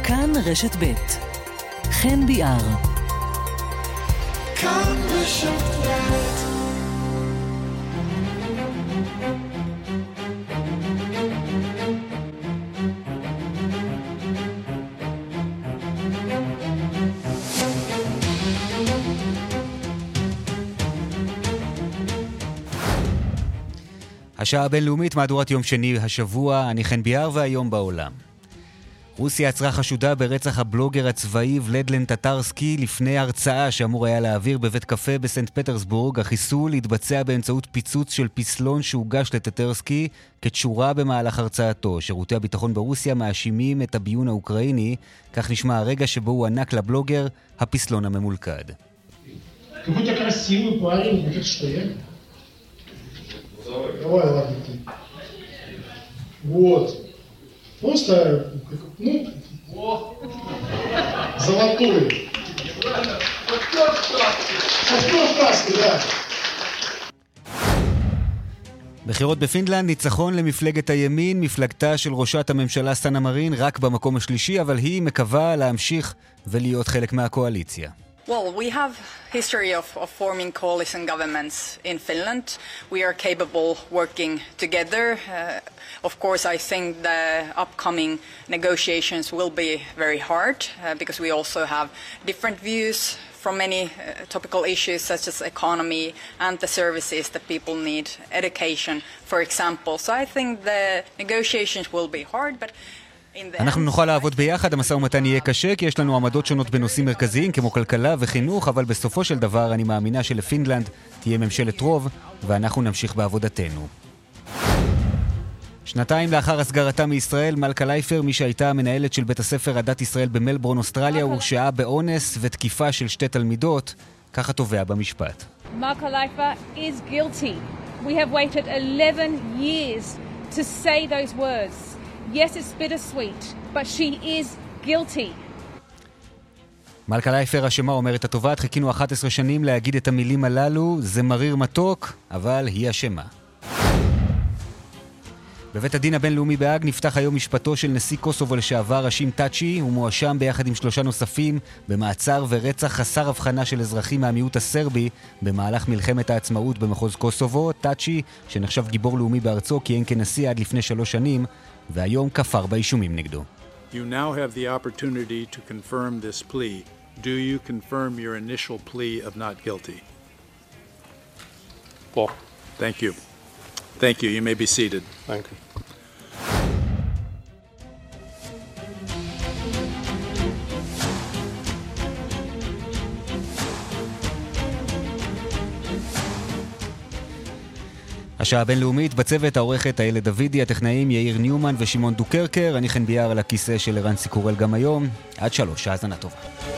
כאן רשת ב' חן ביאר. כאן רשת ב'. השעה הבינלאומית, מהדורת יום שני השבוע, אני חן ביאר והיום בעולם. רוסיה עצרה חשודה ברצח הבלוגר הצבאי ולדלן טטרסקי לפני הרצאה שאמור היה להעביר בבית קפה בסנט פטרסבורג. החיסול התבצע באמצעות פיצוץ של פסלון שהוגש לטטרסקי כתשורה במהלך הרצאתו. שירותי הביטחון ברוסיה מאשימים את הביון האוקראיני, כך נשמע הרגע שבו הוא ענק לבלוגר הפסלון הממולכד. Какой-то красивый парень, это что я? Давай, ладно ты. Вот. Просто, ну, золотой. Актер сказки, да. בחירות בפינלנד, ניצחון למפלגת הימין, מפלגתה של ראשת הממשלה סאנה מרין רק במקום השלישי, אבל היא מקווה להמשיך ולהיות חלק מהקואליציה. Well, we have history of forming coalition governments in Finland. We are capable working together. Of course, I think the upcoming negotiations will be very hard because we also have different views from many topical issues such as economy and the services that people need, education, for example. So I think the negotiations will be hard, but אנחנו נוכל לעבוד ביחד, המשא ומתן יהיה קשה, כי יש לנו עמדות שונות בנושאים מרכזיים כמו כלכלה וחינוך, אבל בסופו של דבר אני מאמינה שלפינלנד תהיה ממשלת רוב, ואנחנו נמשיך בעבודתנו. שנתיים לאחר הסגרתה מישראל, מלכה לייפר, מי שהייתה המנהלת של בית הספר עדת ישראל במלבורן, אוסטרליה, הורשעה באונס ותקיפה של 2 תלמידות, ככה תובע במשפט. Malka Leifer is guilty. We have waited 11 years to say those words. Yes, it's bittersweet, but she is guilty. מלכה לייפר אשמה, אומרת התובעת, חיכינו 11 שנים להגיד את המילים הללו, זה מריר מתוק, אבל היא אשמה. בבית הדין הבינלאומי בהאג נפתח היום משפטו של נשיא קוסובו לשעבר ראשים טאצ'י. הוא מואשם ביחד עם 3 נוספים במעצר ורצח חסר הבחנה של אזרחים מהמיעוט הסרבי במהלך מלחמת העצמאות במחוז קוסובו. טאצ'י, שנחשב גיבור לאומי בארצו, כיהן כנשיא עד לפני 3 שנים, והיום כפר באישומים נגדו. You now have the opportunity to confirm this plea. Do you confirm your initial plea of not guilty? Well, Thank you. Thank you. You may be seated. thank you. השעה הבינלאומית בצוות העורכת איילת דוידי, הטכנאים יאיר ניומן ושמעון דוקרקר. אני חן ביאר על הכיסא של ערן סיקורל גם היום. עד 3, האזנה טובה.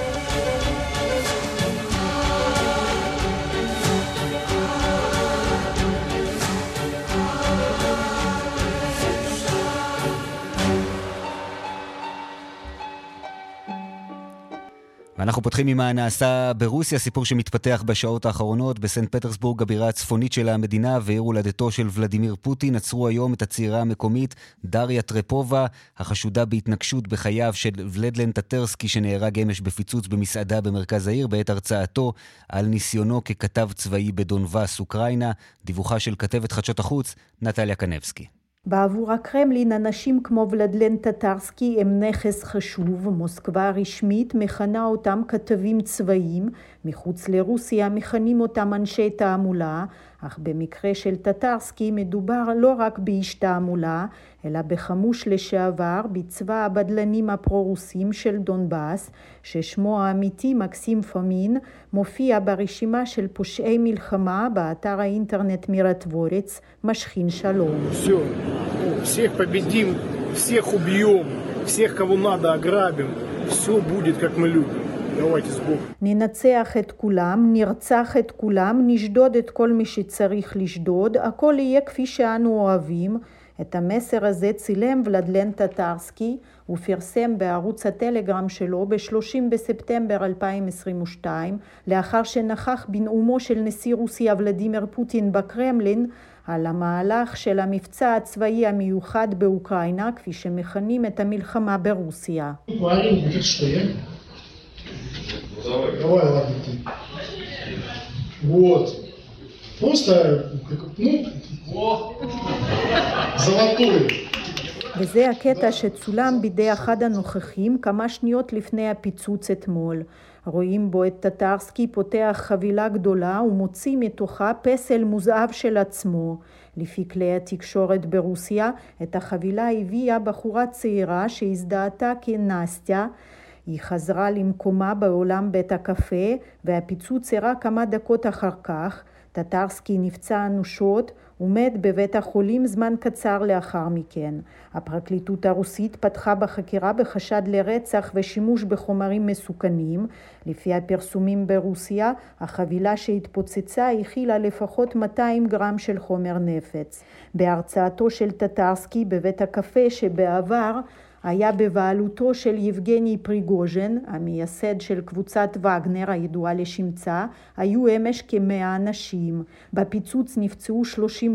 אנחנו פותחים עם הנעשה ברוסיה, סיפור שמתפתח בשעות האחרונות. בסנט פטרסבורג, הבירה הצפונית של המדינה ועיר הולדתו של ולדימיר פוטין, עצרו היום את הצעירה המקומית דריה טרפובה, החשודה בהתנקשות בחייו של ולדלן טטרסקי, שנהרג אמש בפיצוץ במסעדה במרכז העיר בעת הרצאתו על ניסיונו ככתב צבאי בדונבאס, אוקראינה. דיווחה של כתבת חדשות החוץ נטליה קנבסקי. בעבור הקרמלין, אנשים כמו ולדלן טטרסקי הם נכס חשוב. מוסקבה הרשמית מכנה אותם כתבים צבאיים, מחוץ לרוסיה מכנים אותם אנשי תעמולה, אך במקרה של טטרסקי מדובר לא רק באיש תעמולה, אלא בחמוש לשעבר בצבא הבדלנים הפרו-רוסים של דונבאס, ששמו האמיתי מקסים פומין, מופיע ברשימה של פושעי מלחמה באתר האינטרנט מירטבורץ, משכין שלום. Всех победим, всех убьем, всех, кого надо, ограбим. Все будет, как мы любим. Давайте с Богом. ננצח את כולם, נרצח את כולם, נשדוד את כל מי שצריך לשדוד, הכל יהיה כפי שאנו אוהבים. את המסר הזה צילם ולדלן טטרסקי ופרסם בערוץ הטלגרם שלו ב-30 בספטמבר 2022, לאחר שנכח בנאומו של נשיא רוסיה ולדימיר פוטין בקרמלין, על המהלך של המבצע הצבאי המיוחד באוקראינה, כפי שמכנים את המלחמה ברוסיה. וזה הקטע שצולם בידי אחד הנוכחים כמה שניות לפני הפיצוץ אתמול. רואים בו את טטרסקי פותח חבילה גדולה ומוציא מתוכה פסל מוזהב של עצמו. לפי כלי התקשורת ברוסיה, את החבילה הביאה בחורה צעירה שהזדהתה כנסטיה. היא חזרה למקומה בעולם בית הקפה, והפיצוץ אירע כמה דקות אחר כך. טטרסקי נפצע אנושות ומת בבית החולים זמן קצר לאחר מכן. הפרקליטות הרוסית פתחה בחקירה בחשד לרצח ושימוש בחומרים מסוכנים. לפי הפרסומים ברוסיה, החבילה שהתפוצצה הכילה לפחות 200 גרם של חומר נפץ. בהרצאתו של טטרסקי בבית הקפה שבעבר היה בבעלותו של יבגני פריגוז'ן, המייסד של קבוצת וגנר הידועה לשמצה, היו אמש כ100 אנשים. בפיצוץ נפצעו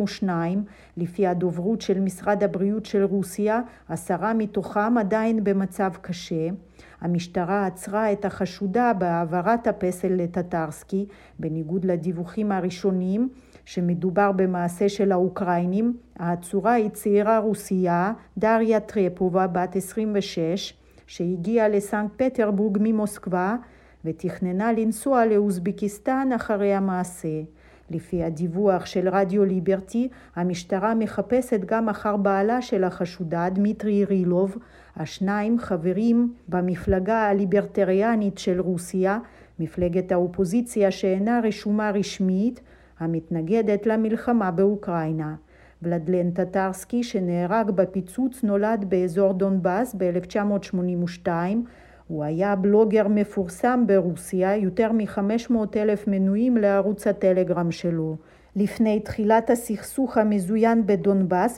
32, לפי הדוברות של משרד הבריאות של רוסיה, 10 מתוכם עדיין במצב קשה. המשטרה עצרה את החשודה בהעברת הפסל לטטרסקי, בניגוד לדיווחים הראשונים, שמדובר במעשה של האוקראינים. העצורה היא צעירה רוסייה, דריה טרפובה, בת 26, שהגיעה לסנקט פטרבורג ממוסקבה, ותכננה לנסוע לאוזבקיסטן אחרי המעשה. לפי הדיווח של רדיו ליברטי, המשטרה מחפשת גם אחר בעלה של החשודה, דמיטרי רילוב. השניים חברים במפלגה הליברטריאנית של רוסיה, מפלגת האופוזיציה שאינה רשומה רשמית, המתנגדת למלחמה באוקראינה. ולדלן טטרסקי, שנהרג בפיצוץ, נולד באזור דונבאס ב-1982. הוא היה בלוגר מפורסם ברוסיה, יותר מ-500,000 מנויים לערוץ הטלגרם שלו. לפני תחילת הסכסוך המזוין בדונבאס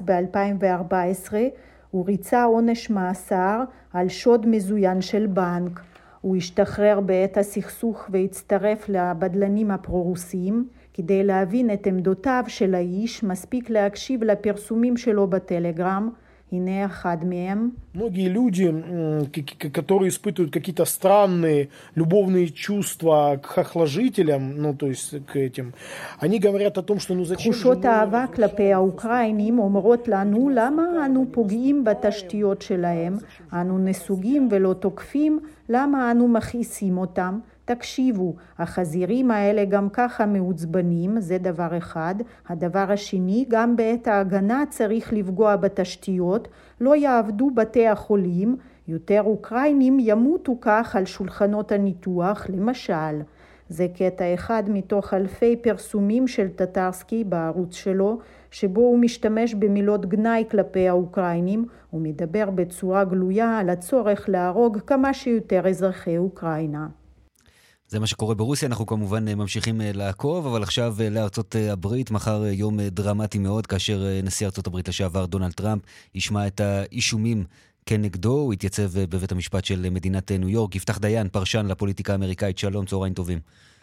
ב-2014, הוא ריצה עונש מאסר על שוד מזוין של בנק. הוא השתחרר בעת הסכסוך והצטרף לבדלנים הפרו-רוסיים. כדי להבין את עמדותיו של האיש, מספיק להקשיב לפרסומים שלו בטלגרам. הנה אחד מהם. Многие люди, которые испытывают какие-то странные любовные чувства к хохложителям, ну то есть к этим, они говорят о том, что ну зачем... תחושות האהבה כלפי האוקראינים אומרות לנו למה אנו פוגעים בתשתיות שלהם, אנו נסוגים ולא תוקפים, למה אנו מכעיסים אותם. תקשיבו, החזירים האלה גם ככה מעוצבנים, זה דבר אחד. הדבר השני, גם בעת ההגנה צריך לפגוע בתשתיות, לא יעבדו בתי החולים, יותר אוקראינים ימותו כך על שולחנות הניתוח, למשל. זה קטע אחד מתוך אלפי פרסומים של טטרסקי בערוץ שלו, שבו הוא משתמש במילות גנאי כלפי האוקראינים, ומדבר בצורה גלויה על הצורך להרוג כמה שיותר אזרחי אוקראינה. זה מה שקורה ברוסיה, אנחנו כמובן ממשיכים לעקוב, אבל עכשיו לארצות הברית, מחר יום דרמטי מאוד, כאשר נשיא ארצות הברית לשעבר דונלד טראמפ ישמע את האישומים כנגדו, הוא יתייצב בבית המשפט של מדינת ניו יורק. יפתח דיין, פרשן לפוליטיקה האמריקאית, שלום, צהריים טובים.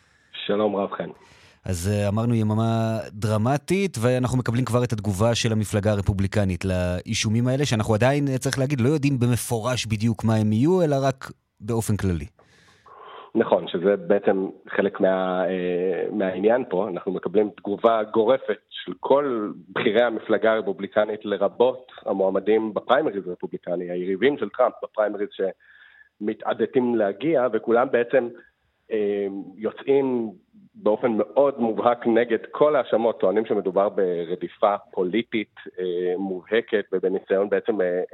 שלום רב חן. אז אמרנו יממה דרמטית, ואנחנו מקבלים כבר את התגובה של המפלגה הרפובליקנית לאישומים האלה, שאנחנו עדיין, צריך להגיד, לא יודעים במפורש בדיוק מה הם יהיו, אלא רק באופן כללי. נכון, שזה בעצם חלק מהעניין פה. אנחנו מקבלים תגובה גורפת של כל בחירי המפלגה הרפובליקנית, לרבות המועמדים בפריימריז הרפובליקני, היריבים של טראמפ בפריימריז שמתעדתים להגיע, וכולם בעצם יוצאים באופן מאוד מובהק נגד כל האשמות, טוענים שמדובר ברדיפה פוליטית מובהקת, ובניסיון בעצם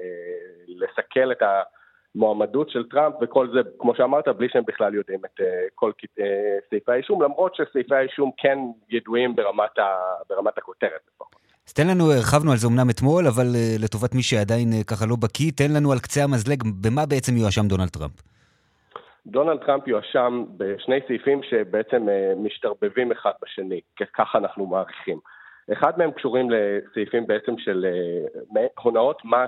לסכל את המועמדות של טראמפ, וכל זה, כמו שאמרת, בלי שהם בכלל יודעים את כל סעיפי האישום, למרות שסעיפי האישום כן ידועים ברמת הכותרת לפחות. אז תן לנו, הרחבנו על זה אמנם אתמול, אבל לטובת מי שעדיין ככה לא בקיא, תן לנו על קצה המזלג, במה בעצם יואשם דונלד טראמפ? דונלד טראמפ יואשם בשני סעיפים שבעצם משתרבבים אחד בשני, ככה אנחנו מעריכים. אחד מהם קשורים לסעיפים בעצם של הונאות מס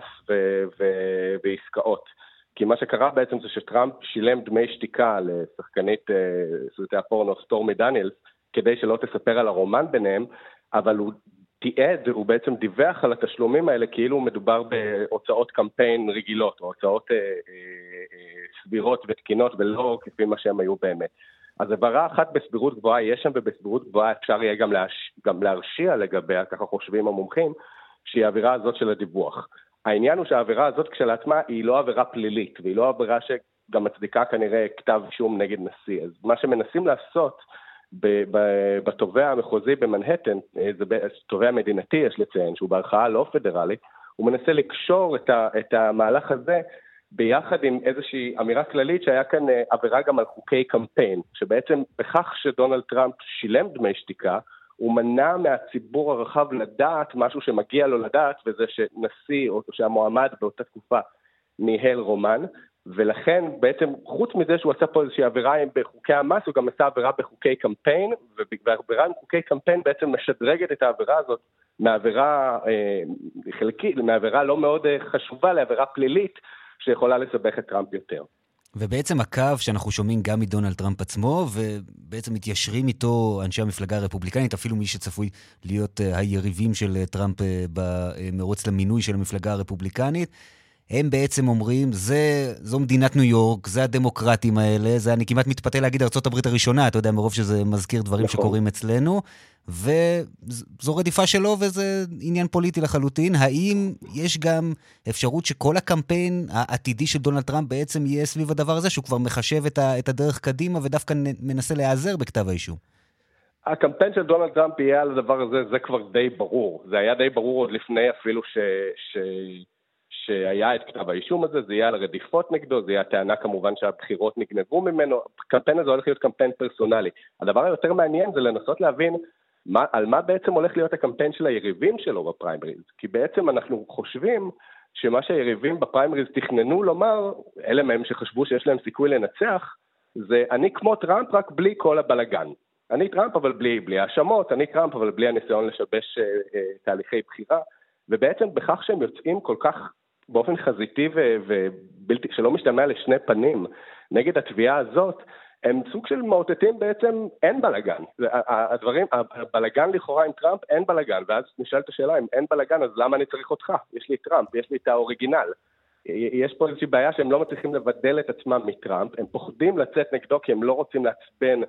ועסקאות. כי מה שקרה בעצם זה שטראמפ שילם דמי שתיקה לשחקנית סרטי הפורנו סטורמי דניאלס, כדי שלא תספר על הרומן ביניהם, אבל הוא תיעד, הוא בעצם דיווח על התשלומים האלה כאילו מדובר בהוצאות קמפיין רגילות, או הוצאות סבירות ותקינות, ולא כפי מה שהם היו באמת. אז עבירה אחת בסבירות גבוהה יש שם, ובסבירות גבוהה אפשר יהיה גם להרשיע לגביה, ככה חושבים המומחים, שהיא העבירה הזאת של הדיווח. העניין הוא שהעבירה הזאת כשלעצמה היא לא עבירה פלילית, והיא לא עבירה שגם מצדיקה כנראה כתב אישום נגד נשיא. אז מה שמנסים לעשות בתובע המחוזי במנהטן, זה תובע מדינתי יש לציין, שהוא בערכאה לא פדרלית, הוא מנסה לקשור את המהלך הזה ביחד עם איזושהי אמירה כללית שהיה כאן עבירה גם על חוקי קמפיין, שבעצם בכך שדונלד טראמפ שילם דמי שתיקה, הוא מנע מהציבור הרחב לדעת משהו שמגיע לו לדעת, וזה שנשיא או שהמועמד באותה תקופה ניהל רומן, ולכן בעצם חוץ מזה שהוא עשה פה איזושהי עבירה בחוקי המס, הוא גם עשה עבירה בחוקי קמפיין, והעבירה עם חוקי קמפיין בעצם משדרגת את העבירה הזאת מהעבירה חלקית, מהעבירה לא מאוד חשובה לעבירה פלילית, שיכולה לסבך את טראמפ יותר. ובעצם הקו שאנחנו שומעים גם מדונלד טראמפ עצמו, ובעצם מתיישרים איתו אנשי המפלגה הרפובליקנית, אפילו מי שצפוי להיות היריבים של טראמפ במרוץ למינוי של המפלגה הרפובליקנית, הם בעצם אומרים, זו מדינת ניו יורק, זה הדמוקרטים האלה, אני כמעט מתפתה להגיד ארצות הברית הראשונה, אתה יודע, מרוב שזה מזכיר דברים שקורים אצלנו, וזו רדיפה שלו, וזה עניין פוליטי לחלוטין. האם יש גם אפשרות שכל הקמפיין העתידי של דונלד טראמפ בעצם יהיה סביב הדבר הזה, שהוא כבר מחשב את הדרך קדימה, ודווקא מנסה להיעזר בכתב האישום? הקמפיין של דונלד טראמפ יהיה על הדבר הזה, זה כבר די ברור. זה היה די ברור עוד לפני אפילו שהיה את כתב האישום הזה, זה יהיה על רדיפות נגדו, זה יהיה הטענה כמובן שהבחירות נגנבו ממנו, הקמפיין הזה הולך להיות קמפיין פרסונלי. הדבר היותר מעניין זה לנסות להבין על מה בעצם הולך להיות הקמפיין של היריבים שלו בפריימריז, כי בעצם אנחנו חושבים שמה שהיריבים בפריימריז תכננו לומר, אלה מהם שחשבו שיש להם סיכוי לנצח, זה אני כמו טראמפ רק בלי כל הבלגן. אני טראמפ אבל בלי האשמות, אני טראמפ אבל בלי הניסיון לשבש תהליכי בחירה, ובעצם בכך שהם יוצאים כל כך באופן חזיתי ובלתי, שלא משתמע לשני פנים נגד התביעה הזאת, הם סוג של מאותתים בעצם אין בלגן. הבלגן לכאורה עם טראמפ אין בלגן, ואז נשאלת השאלה אם אין בלגן, אז למה אני צריך אותך? יש לי טראמפ, יש לי את האוריגינל. יש פה איזושהי בעיה שהם לא מצליחים לבדל את עצמם מטראמפ, הם פוחדים לצאת נגדו כי הם לא רוצים לעצבן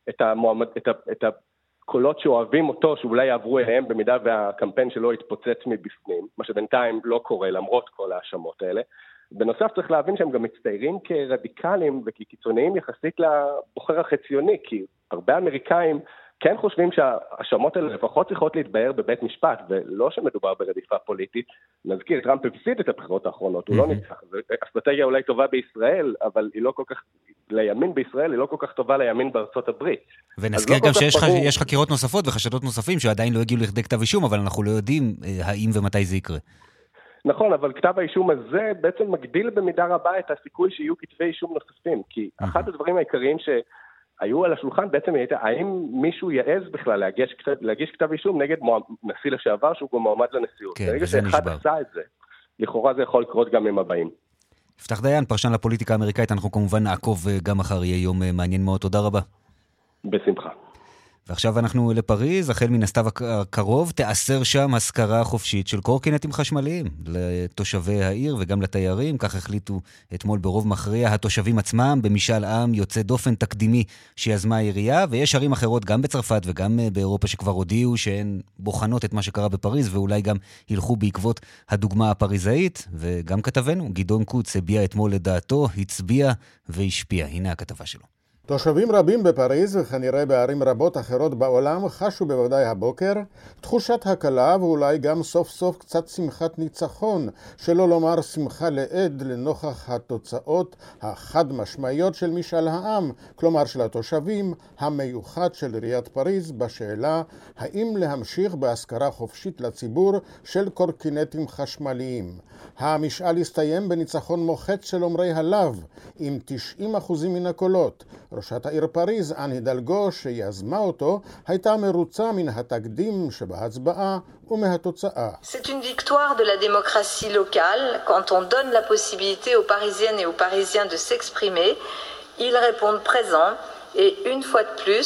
את הקולות שאוהבים אותו, שאולי יעברו אליהם במידה והקמפיין שלו יתפוצץ מבפנים, מה שבינתיים לא קורה למרות כל האשמות האלה. בנוסף צריך להבין שהם גם מצטיירים כרדיקלים וכקיצוניים יחסית לבוחר החציוני, כי הרבה אמריקאים כן חושבים שהאשמות האלה לפחות צריכות להתבהר בבית משפט, ולא שמדובר ברדיפה פוליטית. נזכיר, טראמפ הפסיד את הבחירות האחרונות, הוא לא ניצח. אסטרטגיה אולי טובה בישראל, אבל היא לא כל כך, לימין בישראל היא לא כל כך טובה לימין בארצות הברית. ונזכיר גם שיש חקירות נוספות וחשדות נוספים שעדיין לא הגיעו לכדי כתב אישום, אבל אנחנו לא יודעים האם ומתי זה יקרה. נכון, אבל כתב האישום הזה בעצם מגדיל במידה רבה את הסיכוי שיהיו כתבי אישום נוספים, כי אחד הדברים העיקריים שהיו על השולחן בעצם הייתה, האם מישהו יעז בכלל להגיש כתב אישום נגד נשיא לשעבר שהוא גם מועמד לנשיאות. כן, ברגע וזה שאחד נשבר. עשה את זה, לכאורה זה יכול לקרות גם עם הבאים. יפתח דיין, פרשן לפוליטיקה האמריקאית, אנחנו כמובן נעקוב גם מחר, יהיה יום מעניין מאוד, תודה רבה. בשמחה. ועכשיו אנחנו לפריז, החל מן הסתיו הקרוב, תאסר שם השכרה חופשית של קורקינטים חשמליים לתושבי העיר וגם לתיירים, כך החליטו אתמול ברוב מכריע התושבים עצמם, במשאל עם יוצא דופן תקדימי שיזמה העירייה, ויש ערים אחרות גם בצרפת וגם באירופה שכבר הודיעו שהן בוחנות את מה שקרה בפריז, ואולי גם ילכו בעקבות הדוגמה הפריזאית, וגם כתבנו, גדעון קוץ הביע אתמול לדעתו, הצביע והשפיע. הנה הכתבה שלו. תושבים רבים בפריז וכנראה בערים רבות אחרות בעולם חשו בוודאי הבוקר תחושת הקלה ואולי גם סוף סוף קצת שמחת ניצחון, שלא לומר שמחה לעד לנוכח התוצאות החד משמעיות של משאל העם, כלומר של התושבים, המיוחד של עיריית פריז בשאלה האם להמשיך בהשכרה חופשית לציבור של קורקינטים חשמליים. המשאל הסתיים בניצחון מוחץ של אומרי הלאו עם 90% מן הקולות. ראשת העיר פריז, אן הידלגו, שיזמה אותו, הייתה מרוצה מן התקדים שבהצבעה ומהתוצאה. C'est une victoire de la démocratie locale. Quand on donne la possibilité aux Parisiennes et aux Parisiens de s'exprimer, ils répondent présent et une fois de plus,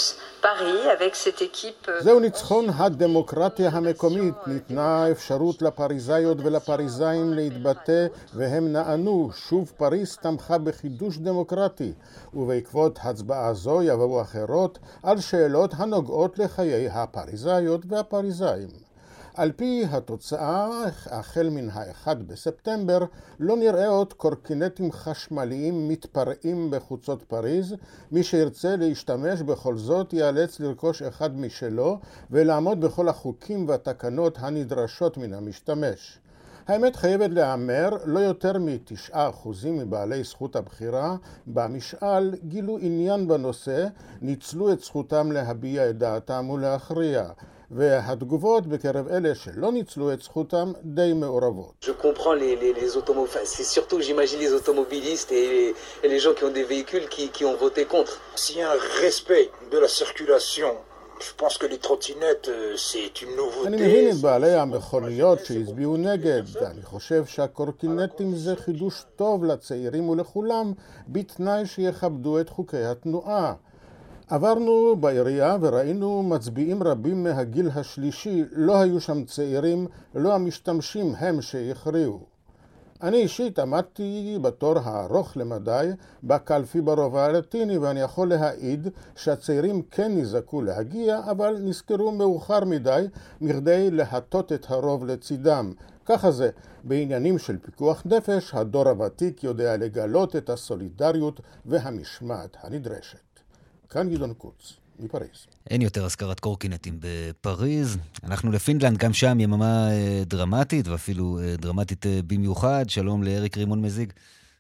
Paris avec cette équipe. זהו ניצחון הדמוקרטיה המקומית. ניתנה אפשרות לפריזאיות ולפריזאים להתבטא והם נענו. שוב פריז תמכה בחידוש דמוקרטי, ובעקבות הצבעה זו יבואו אחרות על שאלות הנוגעות לחיי הפריזאיות והפריזאים. על פי התוצאה, החל מן ה-1 בספטמבר, לא נראה עוד קורקינטים חשמליים מתפרעים בחוצות פריז. מי שירצה להשתמש בכל זאת ייאלץ לרכוש אחד משלו ולעמוד בכל החוקים והתקנות הנדרשות מן המשתמש. האמת חייבת להיאמר, לא יותר מ9% מבעלי זכות הבחירה במשאל גילו עניין בנושא, ניצלו את זכותם להביע את דעתם ולהכריע. והתגובות בקרב אלה שלא ניצלו את זכותם די מעורבות. Je comprends les automobilistes, c'est surtout j'imagine les automobilistes et les gens qui ont des véhicules qui ont voté contre. S'il y a un respect de la circulation, je pense que les trottinettes c'est une nouveauté. אני מבין את בעלי המכוניות שהצביעו נגד, ואני חושב שהקורקינטים זה חידוש טוב לצעירים ולכולם, בתנאי שיכבדו את חוקי התנועה. עברנו בעירייה וראינו מצביעים רבים מהגיל השלישי, לא היו שם צעירים, לא המשתמשים הם שהכריעו. אני אישית עמדתי בתור הארוך למדי בקלפי ברובע הלטיני, ואני יכול להעיד שהצעירים כן נזעקו להגיע, אבל נזכרו מאוחר מדי מכדי להטות את הרוב לצידם. ככה זה, בעניינים של פיקוח נפש, הדור הוותיק יודע לגלות את הסולידריות והמשמעת הנדרשת. כאן גדעון קוץ, מפריז. אין יותר הזכרת קורקינטים בפריז. אנחנו לפינלנד, גם שם יממה דרמטית, ואפילו דרמטית במיוחד. שלום לאריק רימון מזיג.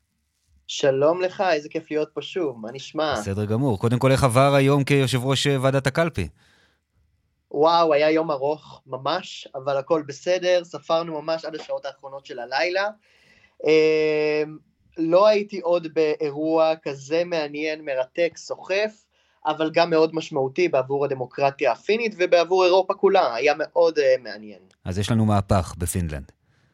שלום לך, איזה כיף להיות פה שוב, מה נשמע? בסדר גמור. קודם כל, איך עבר היום כיושב ראש ועדת הקלפי? וואו, היה יום ארוך ממש, אבל הכל בסדר, ספרנו ממש עד השעות האחרונות של הלילה. לא הייתי עוד באירוע כזה מעניין, מרתק, סוחף, אבל גם מאוד משמעותי בעבור הדמוקרטיה הפינית ובעבור אירופה כולה, היה מאוד מעניין. אז יש לנו מהפך בפינלנד.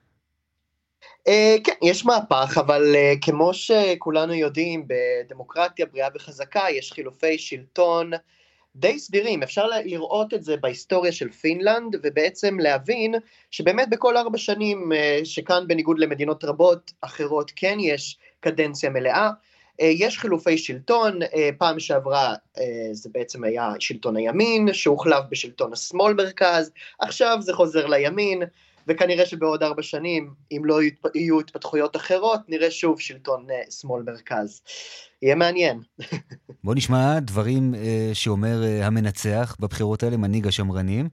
כן, יש מהפך, אבל כמו שכולנו יודעים, בדמוקרטיה בריאה וחזקה, יש חילופי שלטון די סדירים. אפשר לראות את זה בהיסטוריה של פינלנד, ובעצם להבין שבאמת בכל 4 שנים, שכאן בניגוד למדינות רבות אחרות, כן יש קדנציה מלאה, יש חילופי שלטון. פעם שעברה זה בעצם היה שלטון הימין, שהוחלף בשלטון השמאל מרכז, עכשיו זה חוזר לימין, וכנראה שבעוד 4 שנים, אם לא יהיו התפתחויות אחרות, נראה שוב שלטון שמאל מרכז. יהיה מעניין. בוא נשמע דברים שאומר המנצח בבחירות האלה, מנהיג השמרנים.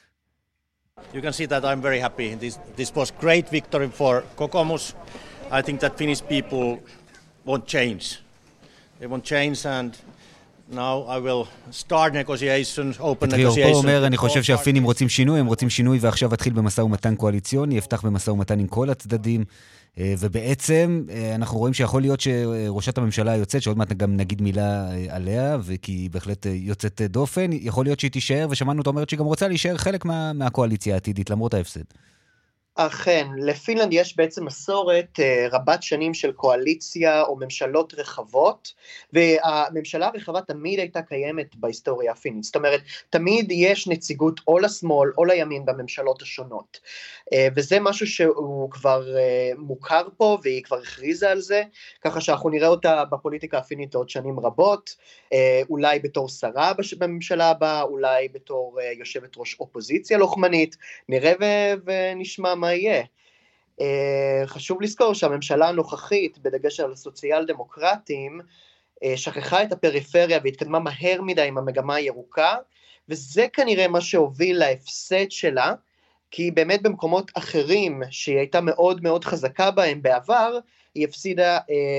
You can see that I'm very happy. This was great victory for Kokoomus. I think that Finnish people want change. They want change and now I will start negotiations, open negotiations. הוא אומר, אני חושב שהפינים רוצים שינוי, הם רוצים שינוי ועכשיו אתחיל במשא ומתן קואליציוני, יפתח במשא ומתן עם כל הצדדים, ובעצם אנחנו רואים שיכול להיות שראשת הממשלה היוצאת, שעוד מעט גם נגיד מילה עליה, וכי היא בהחלט יוצאת דופן, יכול להיות שהיא תישאר, ושמענו אותה אומרת שהיא גם רוצה להישאר חלק מהקואליציה העתידית, למרות ההפסד. אכן, לפינלנד יש בעצם מסורת רבת שנים של קואליציה או ממשלות רחבות, והממשלה הרחבה תמיד הייתה קיימת בהיסטוריה הפינית, זאת אומרת, תמיד יש נציגות או לשמאל או לימין בממשלות השונות, וזה משהו שהוא כבר מוכר פה, והיא כבר הכריזה על זה, ככה שאנחנו נראה אותה בפוליטיקה הפינית עוד שנים רבות, אולי בתור שרה בממשלה הבאה, אולי בתור יושבת ראש אופוזיציה לוחמנית, נראה ונשמע מה יהיה. חשוב לזכור שהממשלה הנוכחית, בדגש על הסוציאל דמוקרטים, שכחה את הפריפריה והתקדמה מהר מדי עם המגמה הירוקה, וזה כנראה מה שהוביל להפסד שלה, כי באמת במקומות אחרים שהיא הייתה מאוד מאוד חזקה בהם בעבר, היא הפסידה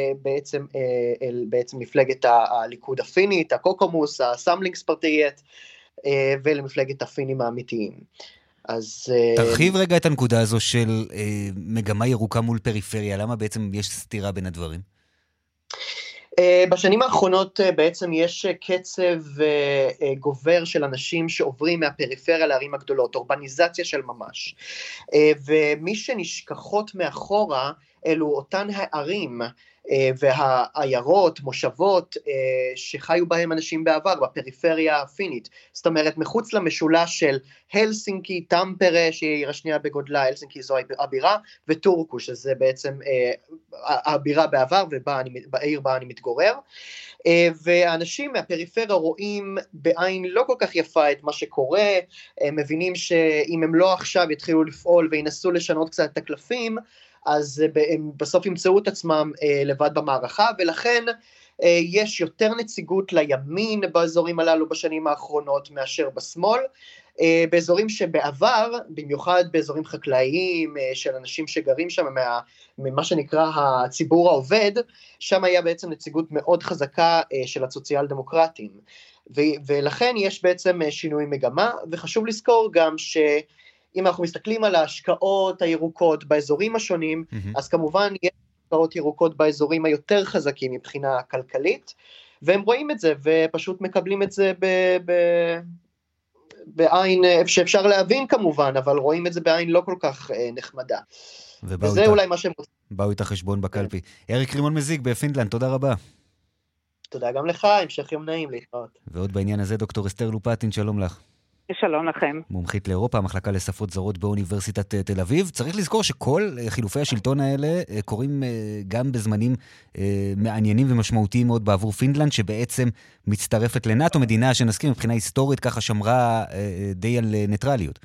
בעצם מפלגת הליכוד הפינית, הקוקומוס, הסמלינגספרטיית, ולמפלגת הפינים האמיתיים. אז תרחיב רגע את הנקודה הזו של מגמה ירוקה מול פריפריה, למה בעצם יש סתירה בין הדברים? בשנים האחרונות בעצם יש קצב גובר של אנשים שעוברים מהפריפריה לערים הגדולות, אורבניזציה של ממש, ומי שנשכחות מאחורה אלו אותן הערים והעיירות, מושבות שחיו בהם אנשים בעבר, בפריפריה הפינית. זאת אומרת, מחוץ למשולש של הלסינקי, טמפרה, שהיא העיר השנייה בגודלה, הלסינקי זו הבירה, וטורקו, שזה בעצם הבירה בעבר, ובעיר בה אני מתגורר. ואנשים מהפריפריה רואים בעין לא כל כך יפה את מה שקורה, הם מבינים שאם הם לא עכשיו יתחילו לפעול וינסו לשנות קצת את הקלפים, אז הם בסוף ימצאו את עצמם לבד במערכה, ולכן יש יותר נציגות לימין באזורים הללו בשנים האחרונות מאשר בשמאל, באזורים שבעבר, במיוחד באזורים חקלאיים של אנשים שגרים שם ממה שנקרא הציבור העובד, שם היה בעצם נציגות מאוד חזקה של הסוציאל דמוקרטים, ולכן יש בעצם שינוי מגמה, וחשוב לזכור גם אם אנחנו מסתכלים על ההשקעות הירוקות באזורים השונים, אז כמובן יש השקעות ירוקות באזורים היותר חזקים מבחינה כלכלית, והם רואים את זה ופשוט מקבלים את זה בעין שאפשר להבין כמובן, אבל רואים את זה בעין לא כל כך נחמדה. וזה אולי מה שהם רוצים. באו איתה חשבון בקלפי. אריק רימון מזיג בפינלנד, תודה רבה. תודה גם לך, המשך יום נעים להתראות. ועוד בעניין הזה דוקטור אסתר לופטין, שלום לך. שלום לכם. מומחית לאירופה, המחלקה לשפות זרות באוניברסיטת תל אביב. צריך לזכור שכל חילופי השלטון האלה קורים גם בזמנים מעניינים ומשמעותיים מאוד בעבור פינלנד, שבעצם מצטרפת לנאטו, מדינה שנסכים מבחינה היסטורית ככה שמרה די על ניטרליות.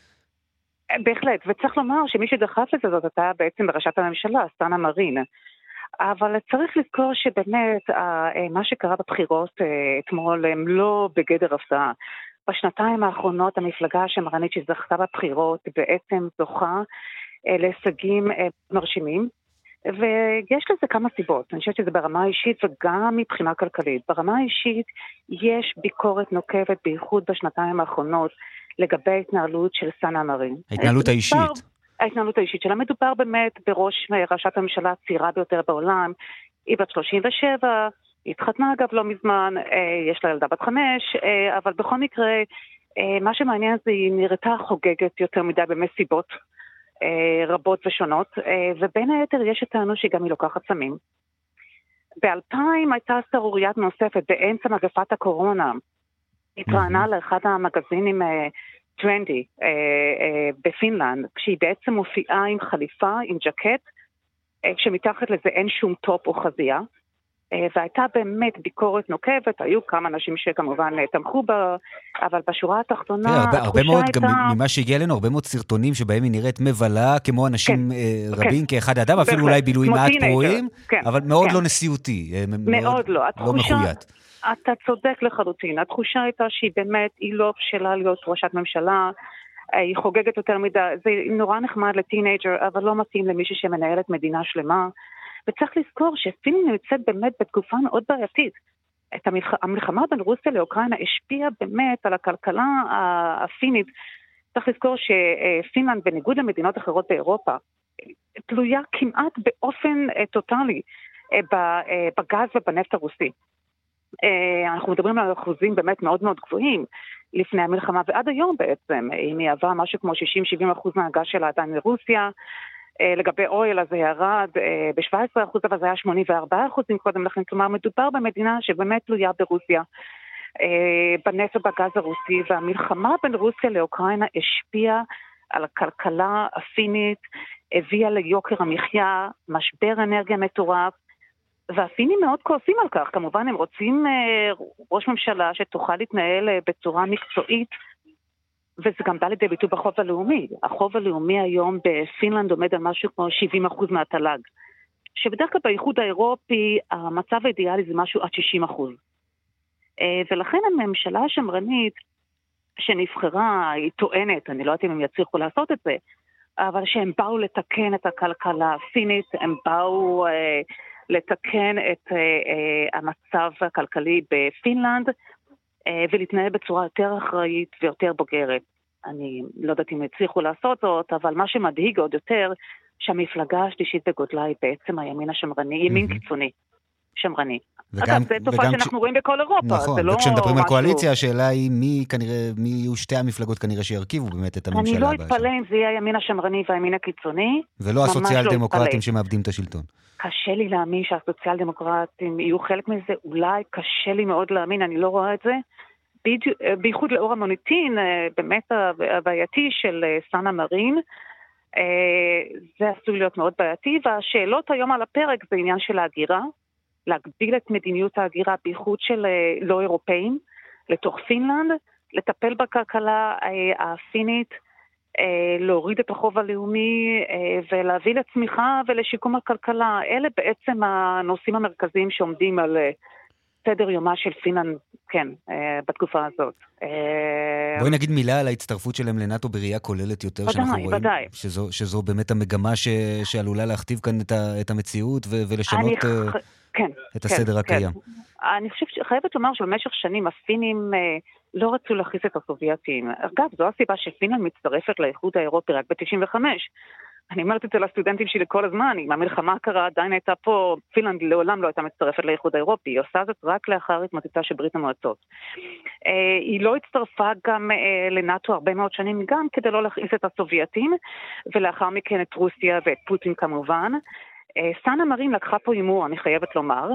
בהחלט, וצריך לומר שמי שדחף את זאת הייתה בעצם בראשת הממשלה, סאנה מרין. אבל צריך לזכור שבאמת מה שקרה בבחירות אתמול הם לא בגדר הפתעה. בשנתיים האחרונות המפלגה השמרנית שזכתה בבחירות בעצם זוכה להישגים מרשימים, ויש לזה כמה סיבות. אני חושבת שזה ברמה האישית וגם מבחינה כלכלית. ברמה האישית יש ביקורת נוקבת בייחוד בשנתיים האחרונות לגבי ההתנהלות של סאנה מרין. ההתנהלות האישית. ההתנהלות האישית שלה. מדובר באמת בראש ראשת הממשלה הצעירה ביותר בעולם, היא בת 37, היא התחתנה אגב לא מזמן, יש לה ילדה בת 5, אבל בכל מקרה, מה שמעניין זה היא נראתה חוגגת יותר מדי במסיבות רבות ושונות, ובין היתר יש טענו שגם היא לוקחת סמים. ב-2000 הייתה סרוריית נוספת באמצע מגפת הקורונה, היא התראיינה לאחד המגזינים טרנדי בפינלנד, כשהיא בעצם מופיעה עם חליפה, עם ג'קט, כשמתחת לזה אין שום טופ או חזייה, והייתה באמת ביקורת נוקבת, היו כמה אנשים שכמובן תמכו בה, אבל בשורה התחתונה הרבה מאוד, גם ממה שהגיע לנו, הרבה מאוד סרטונים שבהם היא נראית מבלה, כמו אנשים רבים כאחד האדם, אפילו אולי בילויים מעט פרועים, אבל מאוד לא נשיאותי, מאוד לא מחויית. אתה צודק לחלוטין, התחושה הייתה שהיא באמת, היא לא בשלה להיות ראשת ממשלה, היא חוגגת יותר מדי, זה נורא נחמד לטינאג'ר, אבל לא מתאים למישהו שמנהלת מדינה שלמה, וצריך לזכור שפינלנד נמצאת באמת בתקופה מאוד בעייתית. המלחמה בין רוסיה לאוקראינה השפיעה באמת על הכלכלה הפינית. צריך לזכור שפינלנד, בניגוד למדינות אחרות באירופה, תלויה כמעט באופן טוטלי בגז ובנפט הרוסי. אנחנו מדברים על אחוזים באמת מאוד מאוד גבוהים לפני המלחמה, ועד היום בעצם, אם היא עברה משהו כמו 60-70% מהגז שלה עדיין מרוסיה, לגבי אויל אז זה ירד ב-17%, אבל זה היה 84% קודם לכן, כלומר מדובר במדינה שבאמת תלויה ברוסיה, בנפט ובגז הרוסי, והמלחמה בין רוסיה לאוקראינה השפיעה על הכלכלה הפינית, הביאה ליוקר המחיה, משבר אנרגיה מטורף, והפינים מאוד כועסים על כך, כמובן הם רוצים ראש ממשלה שתוכל להתנהל בצורה מקצועית, וזה גם בא לידי ביטוי בחוב הלאומי. החוב הלאומי היום בפינלנד עומד על משהו כמו 70% מהתל"ג, שבדרך כלל באיחוד האירופי המצב האידיאלי זה משהו עד 60%. ולכן הממשלה השמרנית שנבחרה, היא טוענת, אני לא יודעת אם הם יצליחו לעשות את זה, אבל שהם באו לתקן את הכלכלה הפינית, הם באו לתקן את המצב הכלכלי בפינלנד, ולהתנהל בצורה יותר אחראית ויותר בוגרת. אני לא יודעת אם הצליחו לעשות זאת, אבל מה שמדהיג עוד יותר, שהמפלגה השלישית בגודלה היא בעצם הימין השמרני, ימין קיצוני. שמרני. אגב, זה תופעה שאנחנו רואים בכל אירופה. נכון, וכשמדברים על קואליציה, השאלה היא מי יהיו שתי המפלגות כנראה שירכיבו באמת את הממשלה. אני לא אתפלא אם זה יהיה הימין השמרני והימין הקיצוני. ולא הסוציאל דמוקרטים שמאבדים את השלטון. קשה לי להאמין שהסוציאל דמוקרטים יהיו חלק מזה, אולי קשה לי מאוד להאמין, אני לא רואה את זה. בייחוד לאור המוניטין, באמת הבעייתי של סאנה מרין, זה עשוי להיות מאוד בעייתי, והשאלות היום על הפרק זה עניין של ההגירה, להגביל את מדיניות ההגירה בייחוד של לא אירופאים לתוך פינלנד, לטפל בכלכלה הפינית, להוריד את החוב הלאומי ולהביא לצמיחה ולשיקום הכלכלה. אלה בעצם הנושאים המרכזיים שעומדים על סדר יומה של פינלנד, כן, בתקופה הזאת. בואי נגיד מילה על ההצטרפות שלהם לנאטו בראייה כוללת יותר, שאנחנו רואים שזו באמת המגמה שעלולה להכתיב כאן את המציאות ולשנות את הסדר הקיים. אני חייבת לומר שבמשך שנים הפינים לא רצו להכניס את הסובייטים. אגב, זו הסיבה שפינלנד מצטרפת לאיחוד האירופי רק ב-95. אני אומרת את זה לסטודנטים שלי כל הזמן, אם המלחמה הקרה עדיין הייתה פה, פינלנד לעולם לא הייתה מצטרפת לאיחוד האירופי, היא עושה זאת רק לאחר התמוטטותה של ברית המועצות. היא לא הצטרפה גם לנאטו הרבה מאוד שנים, גם כדי לא להכניס את הסובייטים, ולאחר מכן את רוסיה ואת פוטין כמובן. סאנה מרין לקחה פה אימור, אני חייבת לומר,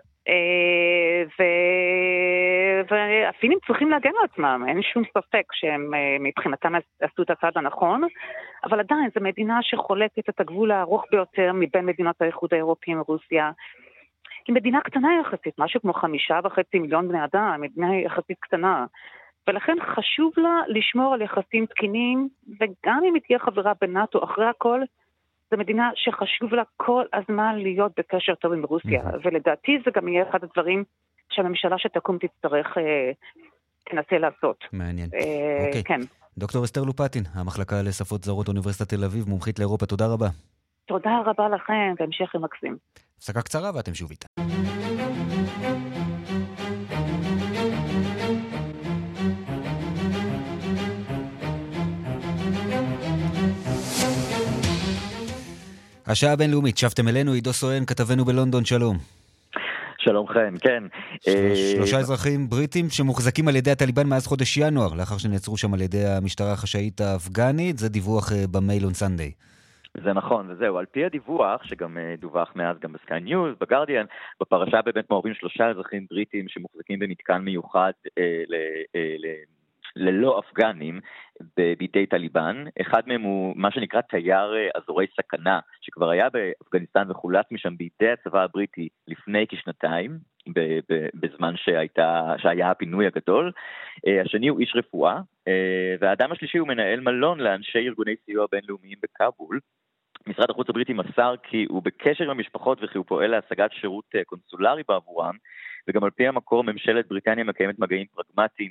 והפינים צריכים להגן על עצמם, אין שום ספק שהם מבחינתם עשו את הצעד הנכון, אבל עדיין זו מדינה שחולקת את הגבול הארוך ביותר מבין מדינות האיחוד האירופי עם רוסיה. היא מדינה קטנה יחסית, משהו כמו 5.5 מיליון בני אדם, מדינה יחסית קטנה, ולכן חשוב לה לשמור על יחסים תקינים, וגם אם היא תהיה חברה בנאטו אחרי הכל, זו מדינה שחשוב לה כל הזמן להיות בקשר טוב עם רוסיה, ולדעתי זה גם יהיה אחד הדברים שהממשלה שתקום תצטרך תנסה לעשות. מעניין. אוקיי. כן. דוקטור אסתר לופטין, המחלקה לשפות זרות אוניברסיטת תל אביב, מומחית לאירופה, תודה רבה. תודה רבה לכם, והמשך מקסים. הפסקה קצרה ואתם שוב איתה. השעה הבינלאומית, שבתם אלינו, עידו סואן, כתבנו בלונדון, שלום. שלום חן, כן. 3 אזרחים בריטים שמוחזקים על ידי הטליבן מאז חודש ינואר, לאחר שנעצרו שם על ידי המשטרה החשאית האפגנית, זה דיווח במייל און סנדיי. זה נכון, וזהו, על פי הדיווח, שגם דווח מאז גם בסקיי ניוז, בגרדיאן, בפרשה באמת מעורבים 3 אזרחים בריטים שמוחזקים במתקן מיוחד ללא אפגנים בידי טליבן. אחד מהם הוא מה שנקרא תייר אזורי סכנה, שכבר היה באפגניסטן וחולץ משם בידי הצבא הבריטי לפני כשנתיים, בזמן שהיה הפינוי הגדול. השני הוא איש רפואה, והאדם השלישי הוא מנהל מלון לאנשי ארגוני סיוע בינלאומיים בקאבול. משרד החוץ הבריטי מסר כי הוא בקשר עם המשפחות וכי הוא פועל להשגת שירות קונסולרי בעבורם, וגם על פי המקור ממשלת בריטניה מקיימת מגעים פרגמטיים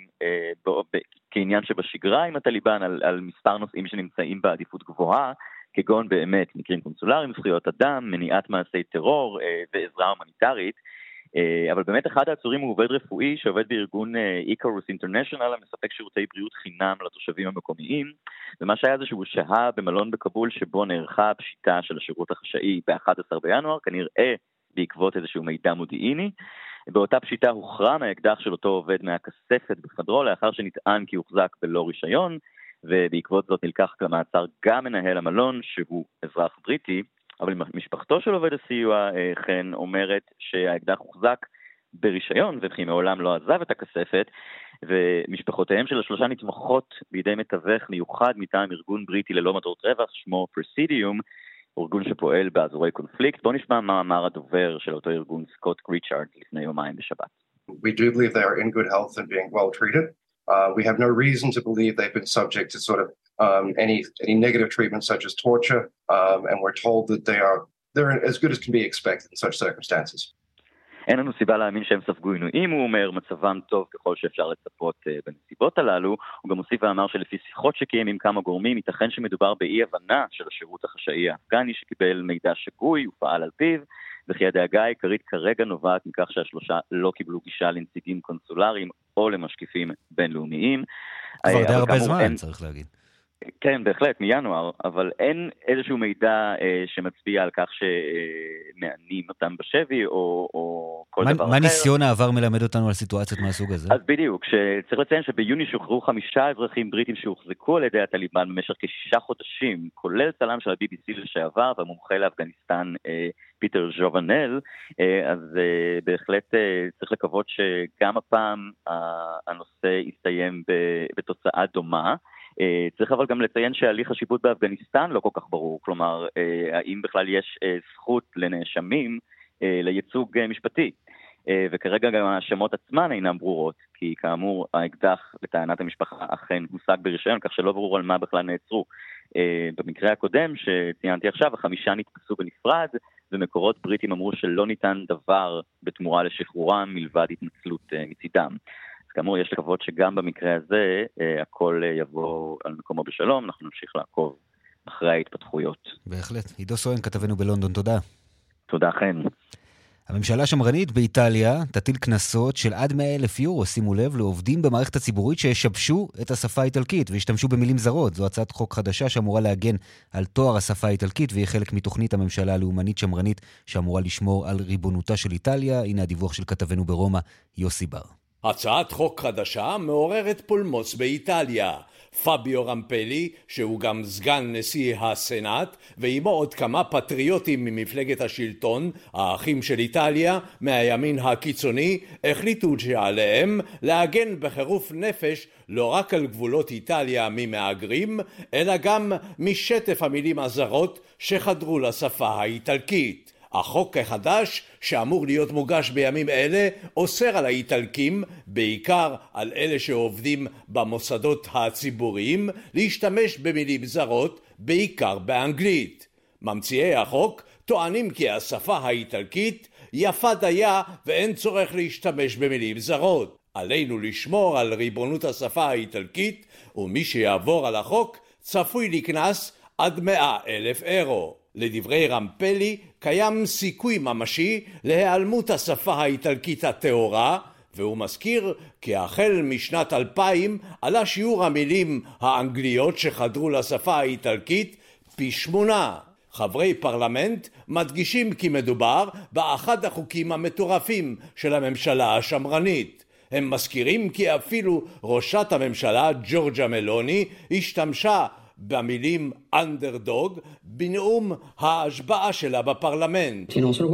כעניין שבשגרה עם הטליבן על מספר נושאים שנמצאים בעדיפות גבוהה, כגון באמת מקרים קונסולריים, זכויות אדם, מניעת מעשי טרור ועזרה הומניטרית. אבל באמת אחד העצורים הוא עובד רפואי שעובד בארגון איקרוס אינטרנשיונל המספק שירותי בריאות חינם לתושבים המקומיים, ומה שהיה זה שהוא שהה במלון בקבול שבו נערכה הפשיטה של השירות החשאי ב-11 בינואר, כנראה בעקבות איזשהו מידע מודיעיני. באותה פשיטה הוחרם האקדח של אותו עובד מהכספת בחדרו לאחר שנטען כי הוחזק בלא רישיון, ובעקבות זאת נלקח למעצר גם מנהל המלון שהוא אזרח בריטי, אבל משפחתו של עובד הסיוע חן אומרת שהאקדח הוחזק ברישיון וכי מעולם לא עזב את הכספת, ומשפחותיהם של 3 נתמכות בידי מתווך מיוחד מטעם ארגון בריטי ללא מטרות רווח שמו פרסידיום, ארגון שפועל באזורי קונפליקט. בוא נשמע מה אמר הדובר של אותו ארגון סקוט קריצ'ארד לפני יומיים בשבת. We do believe they are in good health and being well treated. We have no reason to believe they've been subject to sort of any negative treatment such as torture, and we're told that they're as good as can be expected in such circumstances. אין לנו סיבה להאמין שהם ספגו עינויים, הוא אומר, מצבם טוב ככל שאפשר לצפות בנסיבות הללו. הוא גם הוסיף ואמר שלפי שיחות שקיים עם כמה גורמים, ייתכן שמדובר באי הבנה של השירות החשאי האפגני שקיבל מידע שגוי ופעל על פיו, וכי הדאגה העיקרית כרגע נובעת מכך שה3 לא קיבלו גישה לנציגים קונסולריים או למשקיפים בינלאומיים. כבר די הרבה זמן, צריך להגיד. כן, בהחלט, מינואר, אבל אין איזשהו מידע שמצביע על כך שמענים אותם בשבי או כל דבר אחר. מה ניסיון העבר מלמד אותנו על סיטואציות מהסוג הזה? אז בדיוק, שצריך לציין שביוני שוחררו 5 אזרחים בריטים שהוחזקו על ידי הטליבן במשך כ6 חודשים, כולל צלם של ה-BBC לשעבר והמומחה לאפגניסטן פיטר ז'ובנל, אז בהחלט צריך לקוות שגם הפעם הנושא יסתיים בתוצאה דומה. צריך אבל גם לציין שהליך השיפוט באפגניסטן לא כל כך ברור, כלומר, האם בכלל יש זכות לנאשמים לייצוג משפטי, וכרגע גם השמות עצמן אינן ברורות, כי כאמור האקדח לטענת המשפחה אכן הושג ברישיון, כך שלא ברור על מה בכלל נעצרו. במקרה הקודם שציינתי עכשיו, 5 נתפסו בנפרד, ומקורות בריטים אמרו שלא ניתן דבר בתמורה לשחרורם מלבד התנצלות מצידם. כאמור, יש לקוות שגם במקרה הזה הכל יבוא על מקומו בשלום, אנחנו נמשיך לעקוב אחרי ההתפתחויות. בהחלט. עידו סואן, כתבנו בלונדון, תודה. תודה, חן. הממשלה שמרנית באיטליה תטיל קנסות של עד 100,000 יורו, שימו לב, לעובדים במערכת הציבורית שישבשו את השפה האיטלקית וישתמשו במילים זרות. זו הצעת חוק חדשה שאמורה להגן על תואר השפה האיטלקית, והיא חלק מתוכנית הממשלה הלאומנית שמרנית שאמורה לשמור על ריבונותה של איטליה. הנה הדיווח של כתבנו ברומא, יוסי בר. הצעת חוק חדשה מעוררת פולמוס באיטליה. פביו רמפלי, שהוא גם סגן נשיא הסנאט, ועמו עוד כמה פטריוטים ממפלגת השלטון, האחים של איטליה, מהימין הקיצוני, החליטו שעליהם להגן בחירוף נפש לא רק על גבולות איטליה ממהגרים, אלא גם משטף המילים הזרות שחדרו לשפה האיטלקית. החוק החדש, שאמור להיות מוגש בימים אלה, אוסר על האיטלקים, בעיקר על אלה שעובדים במוסדות הציבוריים, להשתמש במילים זרות, בעיקר באנגלית. ממציאי החוק טוענים כי השפה האיטלקית יפה דייה ואין צורך להשתמש במילים זרות. עלינו לשמור על ריבונות השפה האיטלקית, ומי שיעבור על החוק צפוי לקנס עד 100,000 אירו. לדברי רמפלי, קיים סיכוי ממשי להיעלמות השפה האיטלקית הטהורה, והוא מזכיר כי החל משנת 2000 עלה שיעור המילים האנגליות שחדרו לשפה האיטלקית פי 8. חברי פרלמנט מדגישים כי מדובר באחד החוקים המטורפים של הממשלה השמרנית. הם מזכירים כי אפילו ראשת הממשלה ג'ורג'ה מלוני השתמשה במילים אנדרדוג בנאום ההשבעה שלה בפרלמנט.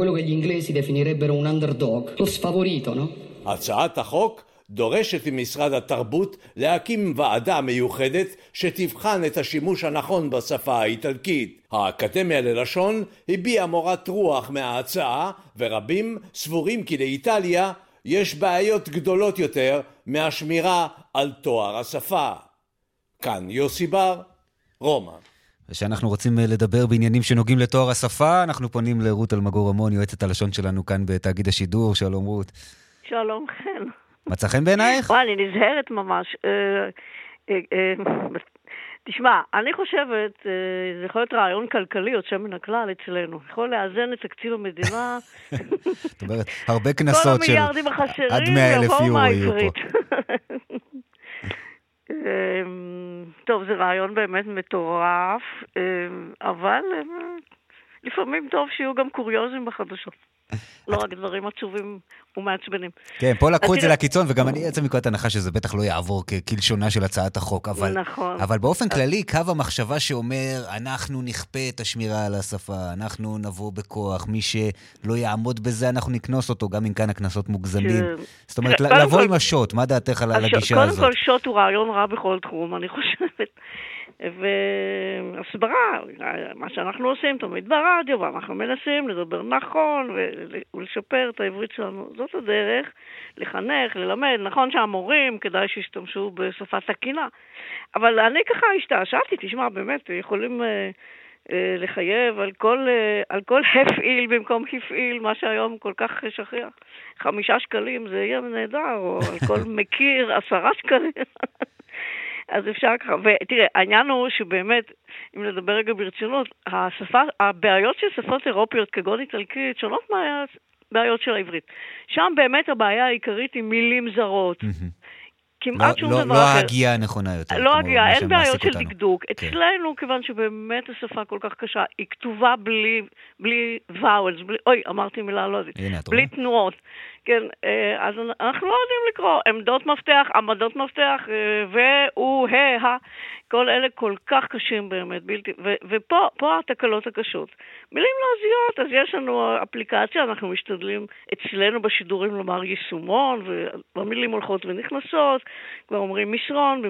הצעת החוק דורשת ממשרד התרבות להקים ועדה מיוחדת שתבחן את השימוש הנכון בשפה האיטלקית. האקדמיה ללשון הביעה מורת רוח מההצעה, ורבים סבורים כי לאיטליה יש בעיות גדולות יותר מהשמירה על תואר השפה. כאן יוסי בר, רומא. ושאנחנו רוצים לדבר בעניינים שנוגעים לתואר השפה, אנחנו פונים לרות אלמגור רמון, יועצת הלשון שלנו כאן בתאגיד השידור. שלום רות. שלום חן. מצא חן בעינייך? אני נזהרת ממש. תשמע, אני חושבת, זה יכול להיות רעיון כלכלי יוצא מן הכלל אצלנו. יכול לאזן את תקציב המדינה. זאת אומרת, הרבה כנסות של כל המיליארדים החסרים, עד 100,000 יורו יהיו פה. טוב, זה רעיון באמת מטורף, אבל לפעמים טוב שיהיו גם קוריוזים בחדשות. לא רק דברים עצובים ומעצבנים. כן, פה לקחו את זה לקיצון, וגם אני יצא מנקודת הנחה שזה בטח לא יעבור כלשונה של הצעת החוק, אבל באופן כללי, קו המחשבה שאומר, אנחנו נכפה את השמירה על השפה, אנחנו נבוא בכוח, מי שלא יעמוד בזה, אנחנו נקנוס אותו, גם אם כאן הקנסות מוגזמים. זאת אומרת, לבוא עם השוט, מה דעתך על הגישה הזאת? קודם כל, שוט הוא רעיון רע בכל תחום, אני חושבת. והסברה, מה שאנחנו עושים תמיד ברדיו, ואנחנו מנסים לדבר נכון ולשפר את העברית שלנו. זאת הדרך לחנך, ללמד. נכון שהמורים כדאי שישתמשו בשפה תקינה, אבל אני ככה השתעשעתי, תשמע, באמת, יכולים לחייב על כל הפעיל במקום הפעיל, מה שהיום כל כך שכיח. 5 שקלים זה יהיה נהדר, או על כל מכיר 10 שקלים. אז אפשר ככה, ותראה, העניין הוא שבאמת, אם נדבר רגע ברצינות, הבעיות של שפות אירופיות כגון איטלקית שונות מהבעיות של העברית. שם באמת הבעיה העיקרית היא מילים זרות. כמעט שום דבר אחר. לא ההגיעה הנכונה יותר. לא ההגיעה, אין בעיות של דקדוק. אצלנו, כיוון שבאמת השפה כל כך קשה, היא כתובה בלי vowels, אמרתי מילה לא זאת, בלי תנועות. כן, אז אנחנו לא יודעים לקרוא עמדות מפתח, עמדות מפתח, כל אלה כל כך קשים באמת, ופה התקלות הקשות. מילים לועזיות, אז יש לנו אפליקציה, אנחנו משתדלים אצלנו בשידורים לומר יישומון, והמילים הולכות ונכנסות, כבר אומרים מסרון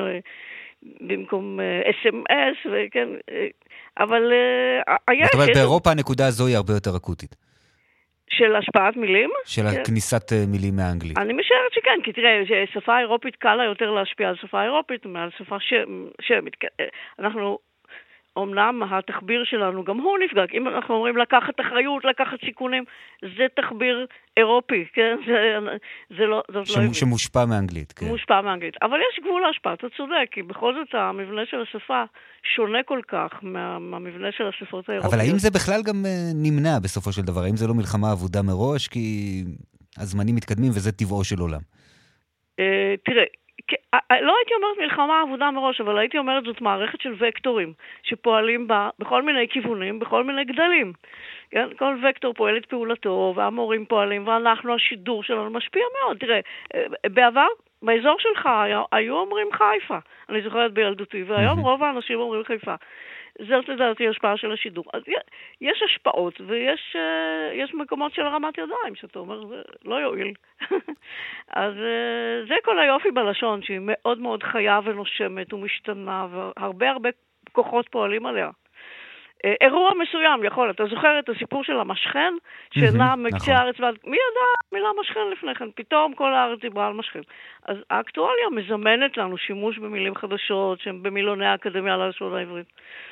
במקום SMS, וכן, אבל זאת אומרת, באירופה הנקודה הזו היא הרבה יותר אקוטית. של השפעת מילים? של כניסת מילים מהאנגלית. אני משערת שכן, כי תראה, שפה אירופית קל לה יותר להשפיע על שפה אירופית מעל שפה שמית. אנחנו, אמנם התחביר שלנו גם הוא נפגע, אם אנחנו אומרים לקחת אחריות, לקחת סיכונים, זה תחביר אירופי, כן? זה לא... שמושפע מאנגלית, כן. מושפע מאנגלית. אבל יש גבול להשפעה, אתה צודק, כי בכל זאת המבנה של השפה שונה כל כך מהמבנה של השפות האירופיות. אבל האם זה בכלל גם נמנע בסופו של דבר? האם זה לא מלחמה עבודה מראש? כי הזמנים מתקדמים וזה טבעו של עולם. תראה, לא הייתי אומרת מלחמה עבודה מראש, אבל הייתי אומרת זאת מערכת של וקטורים שפועלים בה בכל מיני כיוונים, בכל מיני גדלים. כן? כל וקטור פועל את פעולתו, והמורים פועלים, ואנחנו, השידור שלנו משפיע מאוד. תראה, בעבר, באזור שלך היו אומרים חיפה, אני זוכרת בילדותי, והיום רוב האנשים אומרים חיפה. זאת לדעתי השפעה של השידור. אז יש השפעות, ויש מקומות של רמת ידיים, שאתה אומר, זה לא יועיל. אז זה כל היופי בלשון, שהיא מאוד מאוד חיה ונושמת ומשתנה, והרבה כוחות פועלים עליה. אירוע מסוים יכול, אתה זוכר את הסיפור של המשכן, שנע מקצה הארץ, מי ידע מילה משכן לפני כן? פתאום כל הארץ דיברה על משכן. אז האקטואליה מזמנת לנו שימוש במילים חדשות, שהן במילוני האקדמיה ללשון העברית.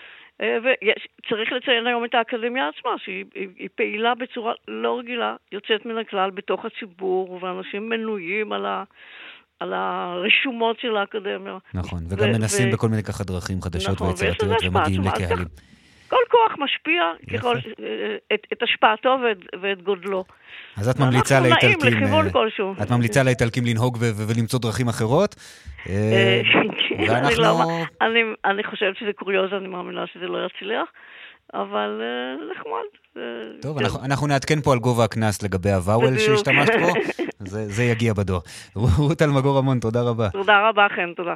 וצריך לציין היום את האקדמיה עצמה, שהיא פעילה בצורה לא רגילה, יוצאת מן הכלל בתוך הציבור, ואנשים מנויים על הרשומות של האקדמיה. נכון, וגם מנסים בכל מיני ככה דרכים חדשות ויצירתיות ומגיעים לקהלים. כל כוח משפיע את השפעתו ואת גודלו. אז את ממליצה לאיטלקים לנהוג ולמצוא דרכים אחרות. אני חושבת שזה קוריוז, אני מאמינה שזה לא יצליח, אבל נחמד. טוב, אנחנו נעדכן פה על גובה הכנס לגבי הוואוול שהשתמשת פה, זה יגיע בדואר. רות אלמגור המון, תודה רבה. תודה רבה, חן, תודה.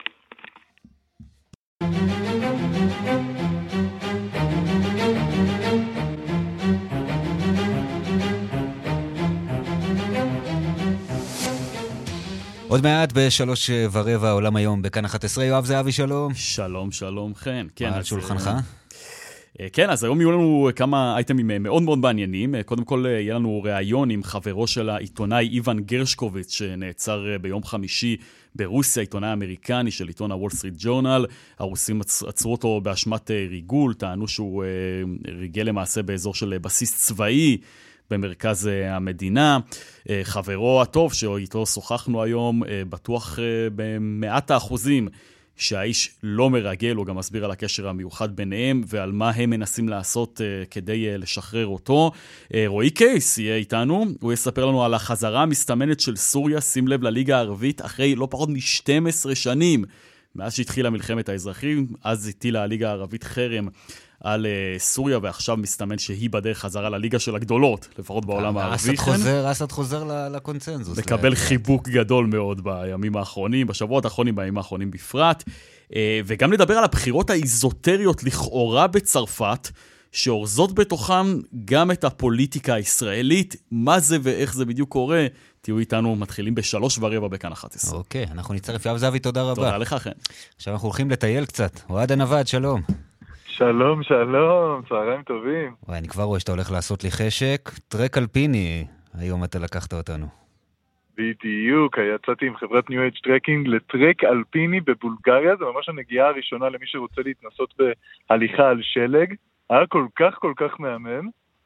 עוד מעט ב3:15 העולם היום בכאן 11. יואב זהבי, שלום. שלום, חן. מה על שולחנך? כן, אז היום יהיו לנו כמה אייטמים מאוד מאוד מעניינים. קודם כל, יהיה לנו ראיון עם חברו של העיתונאי איוון גרשקוביץ, שנעצר ביום חמישי ברוסיה, עיתונאי אמריקני של עיתון הוול סטריט ג'ורנל. הרוסים עצרו אותו באשמת ריגול, טענו שהוא ריגל למעשה באזור של בסיס צבאי, במרכז המדינה. חברו הטוב שאיתו שוחחנו היום בטוח ב100% שהאיש לא מרגל, הוא גם מסביר על הקשר המיוחד ביניהם ועל מה הם מנסים לעשות כדי לשחרר אותו. רועי קייס יהיה איתנו, הוא יספר לנו על החזרה המסתמנת של סוריה, שים לב, לליגה הערבית אחרי לא פחות מ12 שנים מאז שהתחילה מלחמת האזרחים. אז הטילה הליגה הערבית חרם על סוריה, ועכשיו מסתמן שהיא בדרך חזרה לליגה של הגדולות, לפחות בעולם הערבי. אסד חוזר לקונצנזוס. לקבל חיבוק גדול מאוד בימים האחרונים, בשבועות האחרונים, בימים האחרונים בפרט. וגם לדבר על הבחירות האיזוטריות לכאורה בצרפת, שאורזות בתוכם גם את הפוליטיקה הישראלית. מה זה ואיך זה בדיוק קורה? תהיו איתנו, מתחילים ב3:15 בכאן 11. אוקיי, אנחנו נצטרף. יואב זהבי, תודה רבה. תודה לך, כן. עכשיו אנחנו הולכים לטייל קצת. אוהד הנווד, שלום. שלום, צהריים טובים. וואי, אני כבר רואה שאתה הולך לעשות לי חשק. טרק אלפיני, היום אתה לקחת אותנו. בדיוק, יצאתי עם חברת ניו אייג' טרקינג לטרק אלפיני בבולגריה, זה ממש הנגיעה הראשונה למי שרוצה להתנסות בהליכה על שלג. היה כל כך מהמם.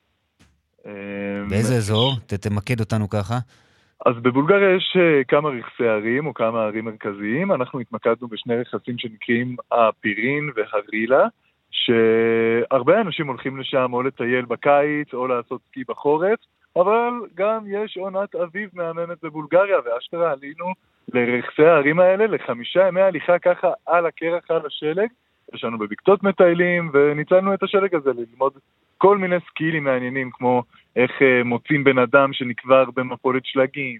באיזה אזור? תמקד אותנו ככה. אז בבולגריה יש כמה רכסי ערים או כמה ערים מרכזיים. אנחנו התמקדנו בשני רכסים שנקראים הפירין והרילה, שהרבה אנשים הולכים לשם או לטייל בקיץ או לעשות סקי בחורף, אבל גם יש עונת אביב מהממת בבולגריה, ואשכרה עלינו לרכסי הערים האלה, ל5 ימי הליכה ככה על הקרח, על השלג. יש לנו בבקתות מטיילים, וניצלנו את השלג הזה ללמוד כל מיני סקילים מעניינים, כמו איך מוצאים בן אדם שנקבר במפולת שלגים,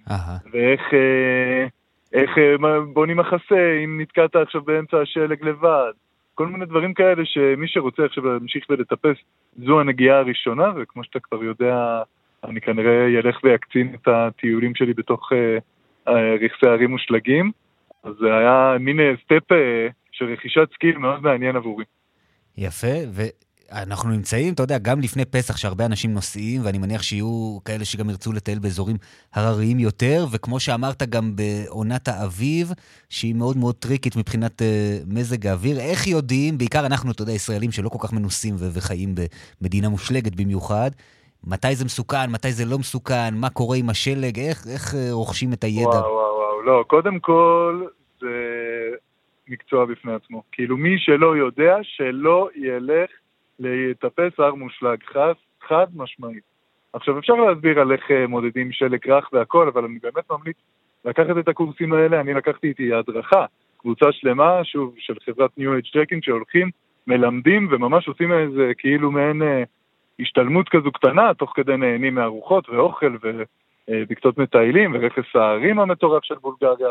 ואיך בונים מחסה אם נתקעת עכשיו באמצע השלג לבד. כל מיני דברים כאלה שמי שרוצה עכשיו להמשיך ולטפס, זו הנגיעה הראשונה, וכמו שאתה כבר יודע, אני כנראה ילך ויקצין את הטיולים שלי בתוך רכסי הערים ושלגים. אז זה היה מין סטפ של רכישת סקיל מאוד מעניין עבורי. יפה, ואנחנו נמצאים, אתה יודע, גם לפני פסח שהרבה אנשים נוסעים, ואני מניח שיהיו כאלה שגם ירצו לטייל באזורים הרריים יותר, וכמו שאמרת גם בעונת האביב, שהיא מאוד מאוד טריקית מבחינת מזג האוויר. איך יודעים, בעיקר אנחנו, אתה יודע, ישראלים שלא כל כך מנוסים וחיים במדינה מושלגת במיוחד, מתי זה מסוכן, מתי זה לא מסוכן, מה קורה עם השלג, איך רוכשים את הידע? וואו, לא, קודם כל זה מקצוע בפני עצמו. כאילו מי שלא יודע, שלא ילך לטפס הר מושלג, חד משמעית. עכשיו אפשר להסביר על איך מודדים שלג רך והכל, אבל אני באמת ממליץ לקחת את הקורסים האלה. אני לקחתי איתי הדרכה, קבוצה שלמה, שוב, של חברת New Age Trekking, שהולכים, מלמדים וממש עושים איזה כאילו מעין השתלמות כזו קטנה, תוך כדי נהנים מארוחות ואוכל ובקצות מטיילים ורכס הערים המטורף של בולגריה,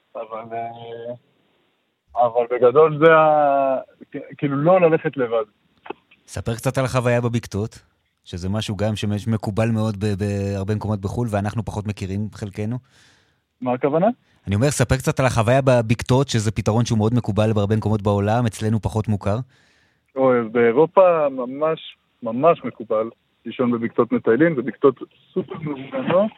אבל בגדול זה כאילו לא ללכת לבד. ספר קצת על החוויה בבקתות, שזה משהו גם שמקובל מאוד בהרבה מקומות בחול, ואנחנו פחות מכירים חלקנו. מה הכוונה? אני אומר, ספר קצת על החוויה בבקתות, שזה פתרון שהוא מאוד מקובל בהרבה מקומות בעולם, אצלנו פחות מוכר. אז באירופה ממש מקובל לישון בבקתות מטיילים, זה בקתות סופר מאורגנות.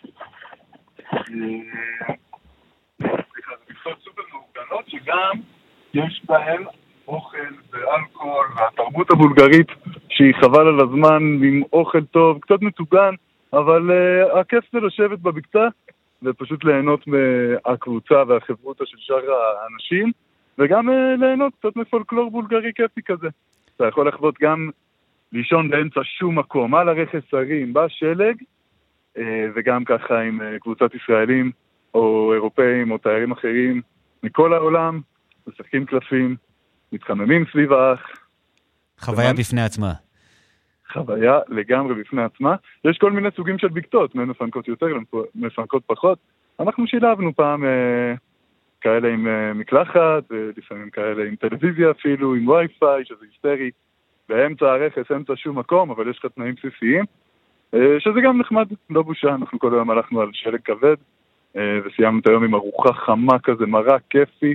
זה בקתות סופר מאורגנות שגם יש בהן אוכל ואלכוהול, והתרבות הבולגרית שהיא חבל על הזמן עם אוכל טוב, קצת מטוגן, אבל הכיף זה לשבת בבקתה ופשוט ליהנות מהקבוצה והחברותה של שאר האנשים, וגם ליהנות קצת מפולקלור בולגרי כיפי כזה. אתה יכול לחוות גם לישון באמצע שום מקום, על הרכס הרים, בשלג, וגם ככה עם קבוצת ישראלים או אירופאים או תיירים אחרים מכל העולם, משחקים קלפים, מתחממים סביב האח. חוויה בפני עצמה. חוויה לגמרי בפני עצמה. יש כל מיני סוגים של בקתות, מפנקות יותר, מפנקות פחות. אנחנו שילבנו פעם כאלה עם מקלחת, ולפעמים כאלה עם טלוויזיה אפילו, עם וי-פיי, שזה היסטרי, באמצע הרכס, אמצע שום מקום, אבל יש לך תנאים בסיסיים, שזה גם נחמד, לא בושה. אנחנו כל היום הלכנו על שלג כבד, וסיימנו את היום עם ארוחה חמה כזה, מרק כיפי,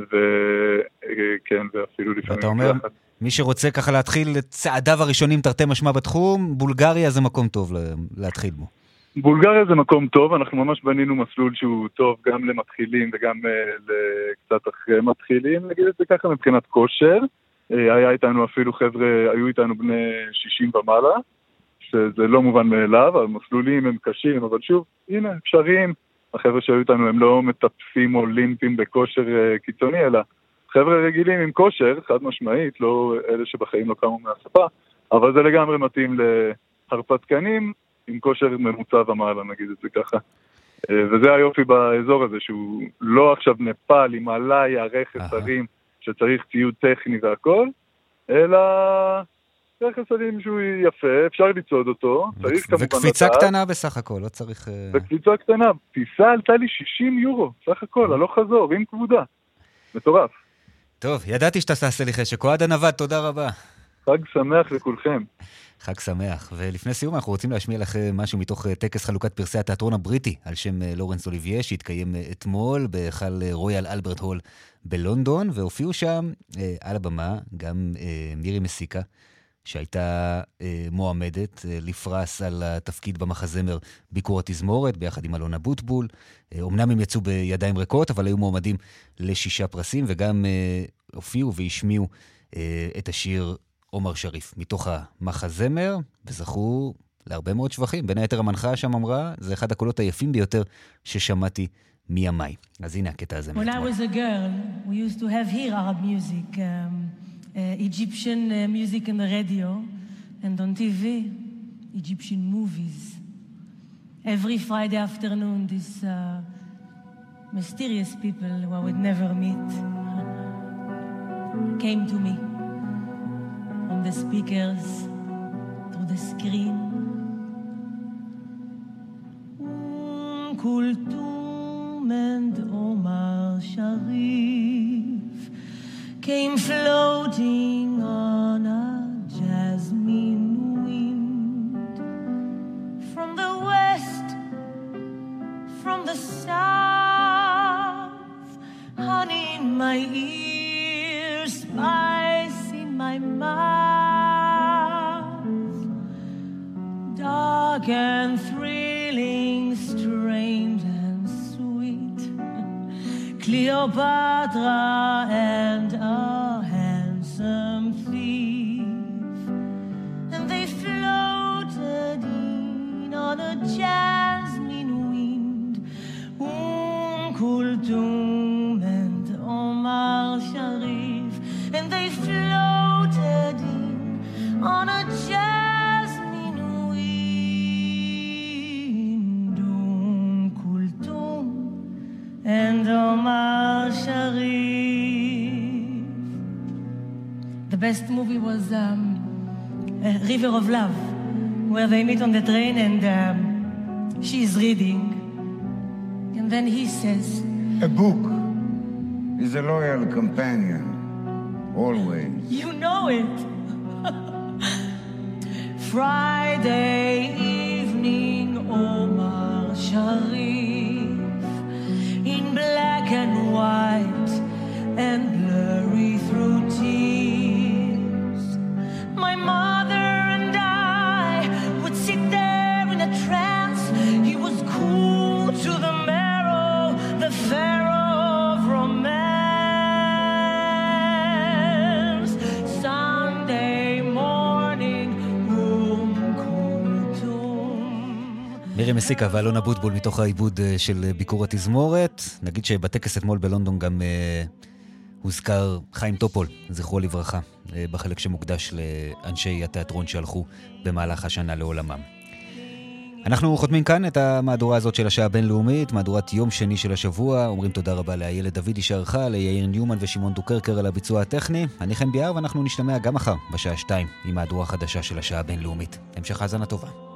וכן, ואפילו לפעמים... אתה אומר, מי שרוצה ככה להתחיל את צעדיו הראשונים תרתי משמע בתחום, בולגריה זה מקום טוב להתחיל בו. בולגריה זה מקום טוב, אנחנו ממש בנינו מסלול שהוא טוב גם למתחילים וגם לקצת אחרי מתחילים, נגיד את זה ככה, מבחינת כושר. היה איתנו אפילו חבר'ה, היו איתנו בני 60 ומעלה, שזה לא מובן מאליו, המסלולים הם קשים, אבל שוב, הנה, אפשריים. החבר'ה שהיו איתנו הם לא מטפסים אולימפיים בכושר קיצוני, אלא חבר'ה רגילים עם כושר, חד משמעית, לא אלה שבחיים לא קמו מהספה, אבל זה לגמרי מתאים להרפתקנים עם כושר ממוצע ומעלה, נגיד את זה ככה. וזה היופי באזור הזה, שהוא לא עכשיו נפל עם עליי הרכס הרים שצריך ציוד טכני והכל, אלא רכס הרים שהוא יפה, אפשר לצעוד אותו, צריך כמובן וקפיצה קטנה בסך הכל, לא צריך... וקפיצה קטנה, טיסה עלתה לי 60 יורו, סך הכל, הלוך חזור, עם כבודה. מטורף. טוב, ידעתי שאתה תעשה לי חשק. אוהד הנווד, תודה רבה. חג שמח לכולכם. חג שמח. ולפני סיום אנחנו רוצים להשמיע לכם משהו מתוך טקס חלוקת פרסי התיאטרון הבריטי על שם לורנס אוליביה, שהתקיים אתמול בהיכל רויאל אלברט הול בלונדון, והופיעו שם על הבמה גם מירי מסיקה, שהייתה מועמדת לפרס על התפקיד במחזמר ביקור התזמורת, ביחד עם אלונה בוטבול. אמנם הם יצאו בידיים ריקות, אבל היו מועמדים ל6 פרסים, וגם הופיעו והשמיעו את השיר עומר שריף, מתוך המחזמר, וזכו להרבה מאוד שבחים. בין היתר המנחה שם אמרה, זה אחד הקולות היפים ביותר ששמעתי מימיי. אז הנה הקטע הזה. When I was a girl, we used to have here Arab music, Egyptian music in the radio, and on TV, Egyptian movies. Every Friday afternoon, this mysterious people who I would never meet came to me on the speakers, through the screen. Kulthum and Omar Sharif came floating on a jasmine wind from the west, from the south, honey in my ears, spice in my mouth, dark and thrilling, strange and sweet, Cleopatra and a handsome thief, and they floated in on a jasmine wind, Kulthum and Omar Sharif, and they floated in on a jasmine wind, Kulthum and Omar Sharif. The best movie was River of Love, where they meet on the train and she's reading, and then he says, a book is a loyal companion, always. You know it. Friday evening, Omar Sharif, in black and white and blurry through tears. My mother and I would sit there in a trance. He was cool to the marrow, the pharaoh of romance. Sunday morning, מירי מסיקה ואלון אבוטבול מתוך העיבוד של ביקור התזמורת. נגיד שבטקס אתמול בלונדון גם הוזכר חיים טופול, זכרו לברכה, בחלק שמוקדש לאנשי התיאטרון שהלכו במהלך השנה לעולמם. אנחנו חותמים כאן את המהדורה הזאת של השעה הבינלאומית, מהדורת יום שני של השבוע. אומרים תודה רבה לאיילת דוידי שערכה, ליאיר ניומן ושמעון דוקרקר על הביצוע הטכני. אני חן ביאר ואנחנו נשתמע גם מחר בשעה 2 עם מהדורה חדשה של השעה הבינלאומית. המשך האזנה טובה.